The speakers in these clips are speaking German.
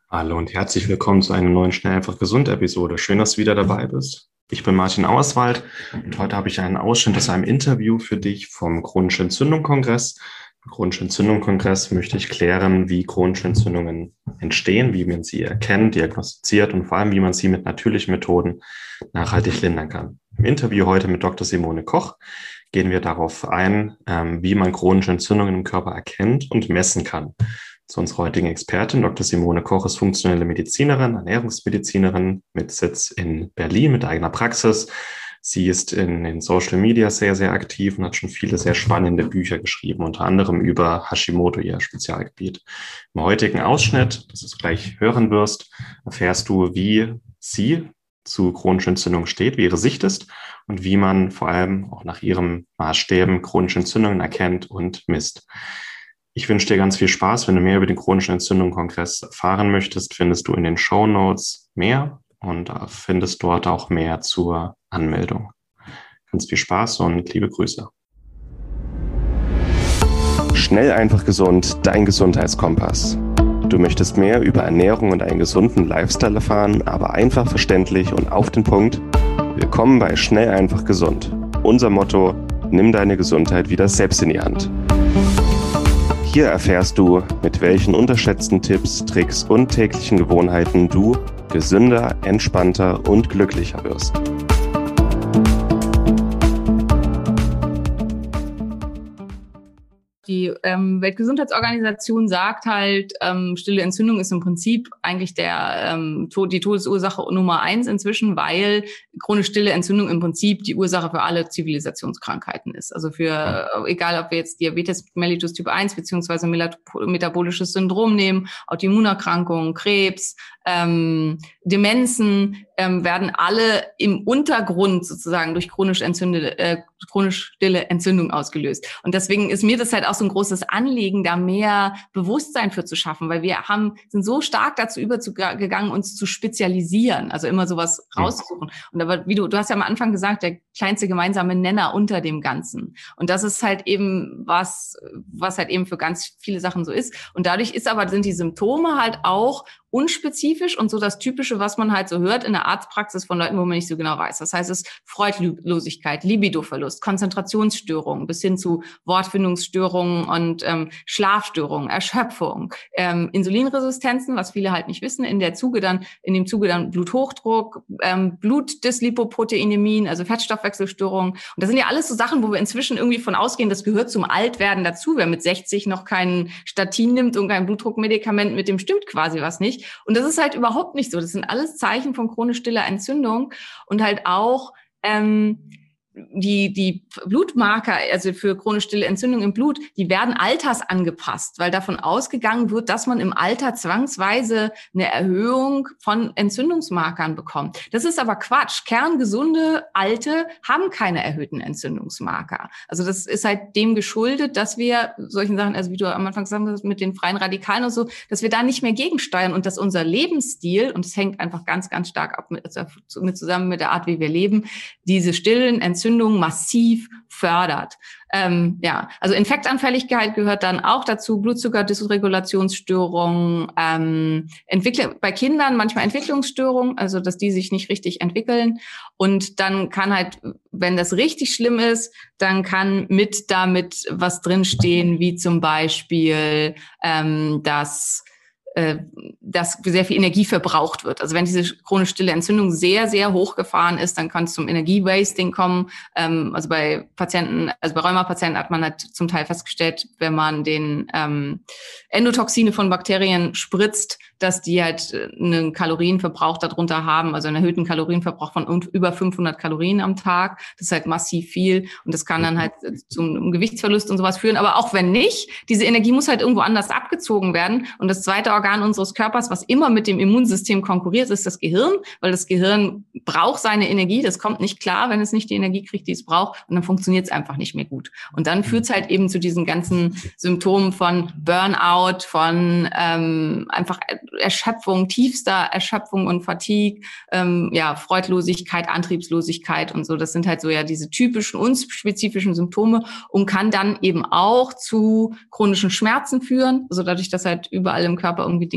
Hallo und herzlich willkommen zu einer neuen Schnell einfach gesund Episode. Schön, dass du wieder dabei bist. Ich bin Martin Auerswald und heute habe ich einen Ausschnitt aus einem Interview für dich vom Chronische Entzündung-Kongress. Im Chronischen Entzündung-Kongress möchte ich klären, wie chronische Entzündungen entstehen, wie man sie erkennt, diagnostiziert und vor allem, wie man sie mit natürlichen Methoden nachhaltig lindern kann. Im Interview heute mit Dr. Simone Koch gehen wir darauf ein, wie man chronische Entzündungen im Körper erkennt und messen kann. Zu unserer heutigen Expertin, Dr. Simone Koch, ist funktionelle Medizinerin, Ernährungsmedizinerin mit Sitz in Berlin, mit eigener Praxis. Sie ist in den Social Media sehr, sehr aktiv und hat schon viele sehr spannende Bücher geschrieben, unter anderem über Hashimoto, ihr Spezialgebiet. Im heutigen Ausschnitt, das du gleich hören wirst, erfährst du, wie sie zu chronischen Entzündungen steht, wie ihre Sicht ist und wie man vor allem auch nach ihren Maßstäben chronische Entzündungen erkennt und misst. Ich wünsche dir ganz viel Spaß. Wenn du mehr über den Chronischen Entzündungen-Kongress erfahren möchtest, findest du in den Shownotes mehr und findest dort auch mehr zur Anmeldung. Ganz viel Spaß und liebe Grüße. Schnell, einfach gesund, dein Gesundheitskompass. Du möchtest mehr über Ernährung und einen gesunden Lifestyle erfahren, aber einfach verständlich und auf den Punkt? Willkommen bei Schnell, einfach gesund. Unser Motto: Nimm deine Gesundheit wieder selbst in die Hand. Hier erfährst du, mit welchen unterschätzten Tipps, Tricks und täglichen Gewohnheiten du gesünder, entspannter und glücklicher wirst. Die Weltgesundheitsorganisation sagt halt, stille Entzündung ist im Prinzip eigentlich die Todesursache Nummer 1 inzwischen, weil chronisch stille Entzündung im Prinzip die Ursache für alle Zivilisationskrankheiten ist. Also egal ob wir jetzt Diabetes mellitus Typ 1 beziehungsweise metabolisches Syndrom nehmen, Autoimmunerkrankungen, Krebs, Demenzen, werden alle im Untergrund sozusagen durch chronisch stille Entzündung ausgelöst. Und deswegen ist mir das halt auch so ein großes Anliegen, da mehr Bewusstsein für zu schaffen, weil wir sind so stark dazu übergegangen, uns zu spezialisieren, also immer sowas rauszusuchen. Und aber wie du hast ja am Anfang gesagt, der kleinste gemeinsame Nenner unter dem Ganzen. Und das ist halt eben was halt eben für ganz viele Sachen so ist. Und dadurch sind die Symptome halt auch unspezifisch und so das Typische, was man halt so hört in der Arztpraxis von Leuten, wo man nicht so genau weiß. Das heißt, es ist Freudlosigkeit, Libidoverlust, Konzentrationsstörungen bis hin zu Wortfindungsstörungen und Schlafstörungen, Erschöpfung, Insulinresistenzen, was viele halt nicht wissen, in dem Zuge dann Bluthochdruck, Blutdyslipoproteinemien, also Fettstoffwechselstörungen. Und das sind ja alles so Sachen, wo wir inzwischen irgendwie von ausgehen, das gehört zum Altwerden dazu. Wer mit 60 noch keinen Statin nimmt und kein Blutdruckmedikament, mit dem stimmt quasi was nicht. Und das ist halt überhaupt nicht so. Das sind alles Zeichen von chronisch stiller Entzündung und halt auch die Blutmarker, also für chronisch stille Entzündung im Blut, die werden altersangepasst, weil davon ausgegangen wird, dass man im Alter zwangsweise eine Erhöhung von Entzündungsmarkern bekommt. Das ist aber Quatsch. Kerngesunde Alte haben keine erhöhten Entzündungsmarker. Also das ist halt dem geschuldet, dass wir solchen Sachen, also wie du am Anfang gesagt hast, mit den freien Radikalen und so, dass wir da nicht mehr gegensteuern und dass unser Lebensstil, und es hängt einfach ganz, ganz stark ab zusammen mit der Art, wie wir leben, diese stillen Entzündungen massiv fördert. Also Infektanfälligkeit gehört dann auch dazu, Blutzuckerdysregulationsstörungen, bei Kindern manchmal Entwicklungsstörungen, also dass die sich nicht richtig entwickeln. Und dann kann halt, wenn das richtig schlimm ist, dann kann damit was drinstehen, wie zum Beispiel, dass sehr viel Energie verbraucht wird. Also wenn diese chronisch stille Entzündung sehr, sehr hochgefahren ist, dann kann es zum Energiewasting kommen. Also bei Rheumapatienten hat man halt zum Teil festgestellt, wenn man den Endotoxine von Bakterien spritzt, dass die halt einen Kalorienverbrauch darunter haben, also einen erhöhten Kalorienverbrauch von über 500 Kalorien am Tag. Das ist halt massiv viel und das kann dann halt zum Gewichtsverlust und sowas führen. Aber auch wenn nicht, diese Energie muss halt irgendwo anders abgezogen werden. Und das zweite Organ unseres Körpers, was immer mit dem Immunsystem konkurriert, ist das Gehirn, weil das Gehirn braucht seine Energie. Das kommt nicht klar, wenn es nicht die Energie kriegt, die es braucht. Und dann funktioniert es einfach nicht mehr gut. Und dann führt es halt eben zu diesen ganzen Symptomen von Burnout, von einfach Erschöpfung, tiefster Erschöpfung und Fatigue, Freudlosigkeit, Antriebslosigkeit und so. Das sind halt so ja diese typischen, unspezifischen Symptome und kann dann eben auch zu chronischen Schmerzen führen. Also dadurch, dass halt überall im Körper irgendwie Dinge nicht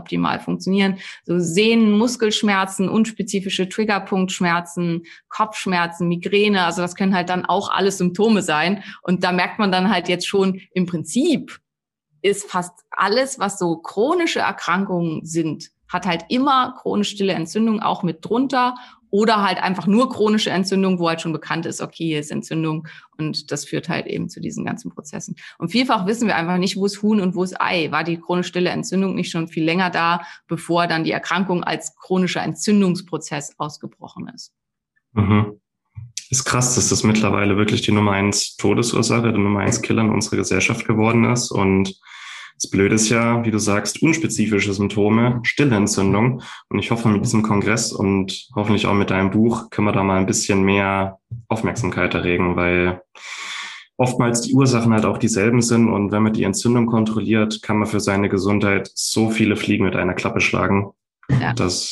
optimal funktionieren. So Sehnen, Muskelschmerzen, unspezifische Triggerpunktschmerzen, Kopfschmerzen, Migräne, also das können halt dann auch alles Symptome sein. Und da merkt man dann halt jetzt schon, im Prinzip ist fast alles, was so chronische Erkrankungen sind, hat halt immer chronisch stille Entzündung auch mit drunter oder halt einfach nur chronische Entzündung, wo halt schon bekannt ist, okay, hier ist Entzündung und das führt halt eben zu diesen ganzen Prozessen. Und vielfach wissen wir einfach nicht, wo ist Huhn und wo ist Ei. War die chronisch stille Entzündung nicht schon viel länger da, bevor dann die Erkrankung als chronischer Entzündungsprozess ausgebrochen ist? Mhm. Ist krass, dass das mittlerweile wirklich die Nummer 1 Todesursache, der Nummer 1 Killer in unserer Gesellschaft geworden ist. Und das Blöde ist ja, wie du sagst, unspezifische Symptome, stille Entzündung. Und ich hoffe, mit diesem Kongress und hoffentlich auch mit deinem Buch können wir da mal ein bisschen mehr Aufmerksamkeit erregen, weil oftmals die Ursachen halt auch dieselben sind. Und wenn man die Entzündung kontrolliert, kann man für seine Gesundheit so viele Fliegen mit einer Klappe schlagen. Ja.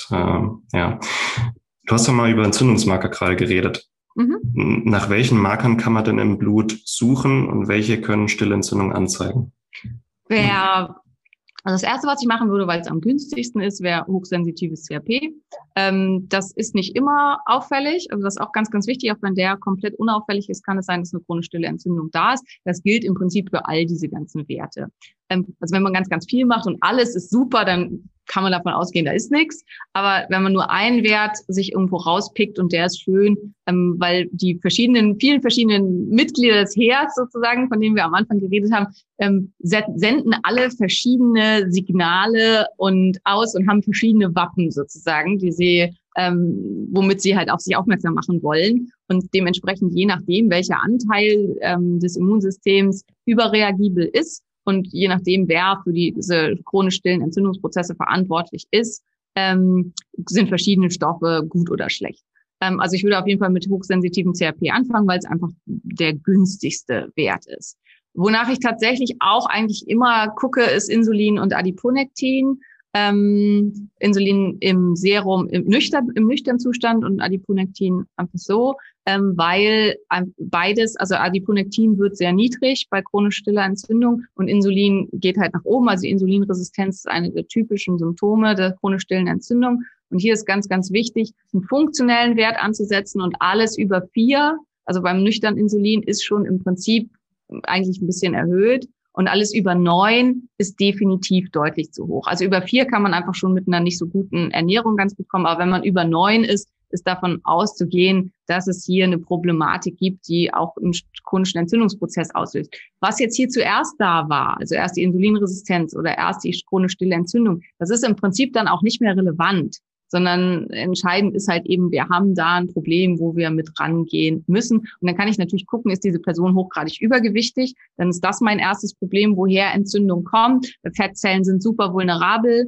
Ja. Du hast ja mal über Entzündungsmarker gerade geredet. Mhm. Nach welchen Markern kann man denn im Blut suchen und welche können stille Entzündung anzeigen? Also das Erste, was ich machen würde, weil es am günstigsten ist, wäre hochsensitives CRP. Das ist nicht immer auffällig, also das ist auch ganz, ganz wichtig. Auch wenn der komplett unauffällig ist, kann es sein, dass eine chronisch stille Entzündung da ist. Das gilt im Prinzip für all diese ganzen Werte. Also wenn man ganz, ganz viel macht und alles ist super, dann kann man davon ausgehen, da ist nichts. Aber wenn man nur einen Wert sich irgendwo rauspickt und der ist schön, weil die vielen verschiedenen Mitglieder des Heers sozusagen, von denen wir am Anfang geredet haben, senden alle verschiedene Signale und haben verschiedene Wappen sozusagen, die sie, womit sie halt auf sich aufmerksam machen wollen. Und dementsprechend, je nachdem, welcher Anteil des Immunsystems überreagibel ist, und je nachdem, wer für diese chronisch stillen Entzündungsprozesse verantwortlich ist, sind verschiedene Stoffe gut oder schlecht. Also ich würde auf jeden Fall mit hochsensitivem CRP anfangen, weil es einfach der günstigste Wert ist. Wonach ich tatsächlich auch eigentlich immer gucke, ist Insulin und Adiponektin. Insulin im Serum im nüchternen Zustand und Adiponektin einfach so, weil beides, also Adiponektin wird sehr niedrig bei chronisch stiller Entzündung und Insulin geht halt nach oben. Also die Insulinresistenz ist eine der typischen Symptome der chronisch stillen Entzündung. Und hier ist ganz, ganz wichtig, einen funktionellen Wert anzusetzen und alles über 4, also beim nüchternen Insulin ist schon im Prinzip eigentlich ein bisschen erhöht. Und alles über 9 ist definitiv deutlich zu hoch. Also über 4 kann man einfach schon mit einer nicht so guten Ernährung ganz gut kommen. Aber wenn man über 9 ist davon auszugehen, dass es hier eine Problematik gibt, die auch einen chronischen Entzündungsprozess auslöst. Was jetzt hier zuerst da war, also erst die Insulinresistenz oder erst die chronisch stille Entzündung, das ist im Prinzip dann auch nicht mehr relevant, sondern entscheidend ist halt eben, wir haben da ein Problem, wo wir mit rangehen müssen. Und dann kann ich natürlich gucken, ist diese Person hochgradig übergewichtig? Dann ist das mein erstes Problem, woher Entzündung kommt. Fettzellen sind super vulnerabel.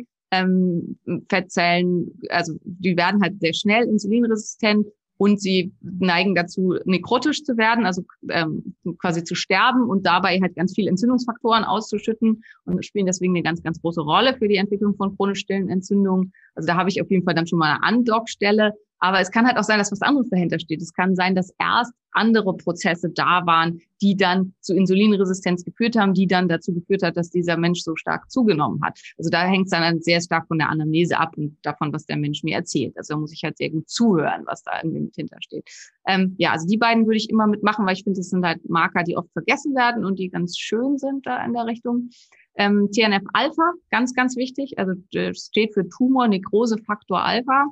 Fettzellen, also die werden halt sehr schnell insulinresistent und sie neigen dazu, nekrotisch zu werden, also quasi zu sterben und dabei halt ganz viele Entzündungsfaktoren auszuschütten und spielen deswegen eine ganz, ganz große Rolle für die Entwicklung von chronisch stillen Entzündungen. Also da habe ich auf jeden Fall dann schon mal eine Andockstelle. Aber es kann halt auch sein, dass was anderes dahinter steht. Es kann sein, dass erst andere Prozesse da waren, die dann zu Insulinresistenz geführt haben, die dann dazu geführt hat, dass dieser Mensch so stark zugenommen hat. Also da hängt es dann sehr stark von der Anamnese ab und davon, was der Mensch mir erzählt. Also da muss ich halt sehr gut zuhören, was da irgendwie mit hintersteht. Ja, also die beiden würde ich immer mitmachen, weil ich finde, das sind halt Marker, die oft vergessen werden und die ganz schön sind da in der Richtung. TNF-Alpha, ganz, ganz wichtig. Also steht für Tumor-Nekrose-Faktor Alpha.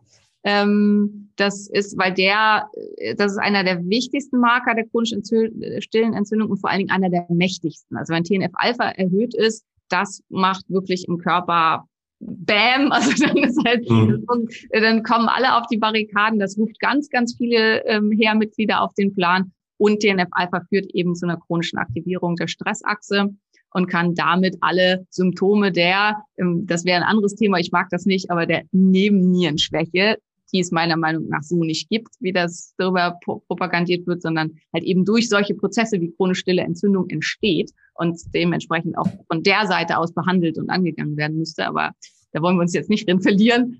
Das ist, das ist einer der wichtigsten Marker der chronisch stillen Entzündung und vor allen Dingen einer der mächtigsten. Also wenn TNF-Alpha erhöht ist, das macht wirklich im Körper Bam, also dann ist halt, dann kommen alle auf die Barrikaden. Das ruft ganz, ganz viele Heermitglieder auf den Plan. Und TNF-Alpha führt eben zu einer chronischen Aktivierung der Stressachse und kann damit alle Symptome das wäre ein anderes Thema, ich mag das nicht, aber der Nebennierenschwäche, die es meiner Meinung nach so nicht gibt, wie das darüber propagandiert wird, sondern halt eben durch solche Prozesse wie chronisch stille Entzündung entsteht und dementsprechend auch von der Seite aus behandelt und angegangen werden müsste. Aber da wollen wir uns jetzt nicht drin verlieren.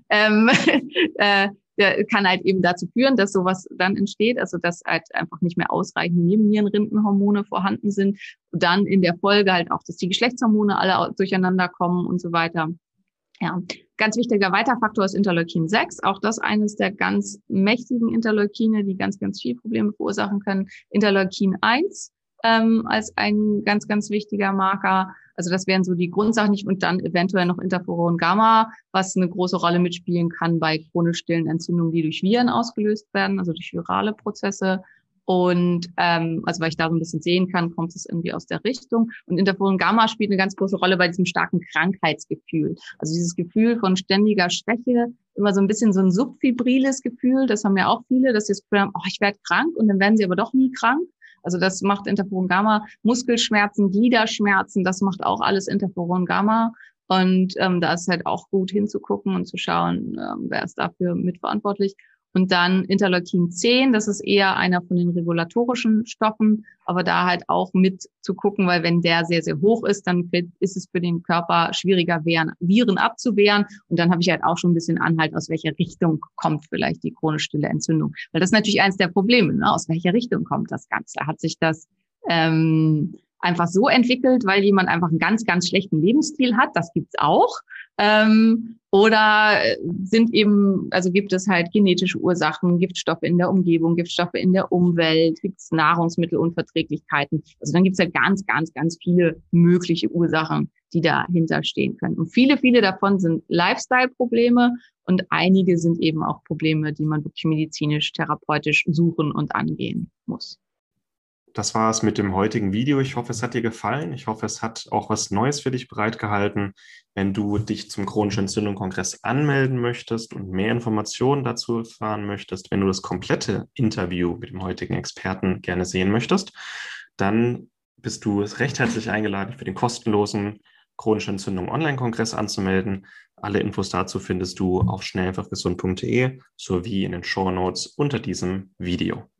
Der kann halt eben dazu führen, dass sowas dann entsteht, also dass halt einfach nicht mehr ausreichend Nebennierenrindenhormone vorhanden sind. Und dann in der Folge halt auch, dass die Geschlechtshormone alle durcheinander kommen und so weiter. Ja, ganz wichtiger weiterer Faktor ist Interleukin 6. Auch das eines der ganz mächtigen Interleukine, die ganz, ganz viele Probleme verursachen können. Interleukin 1 als ein ganz, ganz wichtiger Marker. Also das wären so die Grundsachen nicht und dann eventuell noch Interferon Gamma, was eine große Rolle mitspielen kann bei chronisch stillen Entzündungen, die durch Viren ausgelöst werden, also durch virale Prozesse. Und also weil ich da so ein bisschen sehen kann, kommt es irgendwie aus der Richtung. Und Interferon Gamma spielt eine ganz große Rolle bei diesem starken Krankheitsgefühl. Also dieses Gefühl von ständiger Schwäche, immer so ein bisschen so ein subfibriles Gefühl, das haben ja auch viele, dass sie das Gefühl haben, oh, ich werde krank und dann werden sie aber doch nie krank. Also das macht Interferon Gamma, Muskelschmerzen, Gliederschmerzen, das macht auch alles Interferon Gamma. Und da ist halt auch gut hinzugucken und zu schauen, wer ist dafür mitverantwortlich. Und dann Interleukin 10, das ist eher einer von den regulatorischen Stoffen, aber da halt auch mit zu gucken, weil wenn der sehr, sehr hoch ist, dann ist es für den Körper schwieriger, Viren abzuwehren. Und dann habe ich halt auch schon ein bisschen Anhalt, aus welcher Richtung kommt vielleicht die chronisch stille Entzündung. Weil das ist natürlich eines der Probleme, ne? Aus welcher Richtung kommt das Ganze? Hat sich das einfach so entwickelt, weil jemand einfach einen ganz, ganz schlechten Lebensstil hat? Das gibt's auch. Oder sind eben, also gibt es halt genetische Ursachen, Giftstoffe in der Umgebung, Giftstoffe in der Umwelt, gibt es Nahrungsmittelunverträglichkeiten. Also dann gibt es ja ganz, ganz, ganz viele mögliche Ursachen, die dahinter stehen können. Und viele, viele davon sind Lifestyle-Probleme und einige sind eben auch Probleme, die man wirklich medizinisch, therapeutisch suchen und angehen muss. Das war es mit dem heutigen Video. Ich hoffe, es hat dir gefallen. Ich hoffe, es hat auch was Neues für dich bereitgehalten. Wenn du dich zum chronischen Entzündung-Kongress anmelden möchtest und mehr Informationen dazu erfahren möchtest, wenn du das komplette Interview mit dem heutigen Experten gerne sehen möchtest, dann bist du recht herzlich eingeladen, für den kostenlosen chronische Entzündung Online-Kongress anzumelden. Alle Infos dazu findest du auf schnelleinfachgesund.de sowie in den Shownotes unter diesem Video.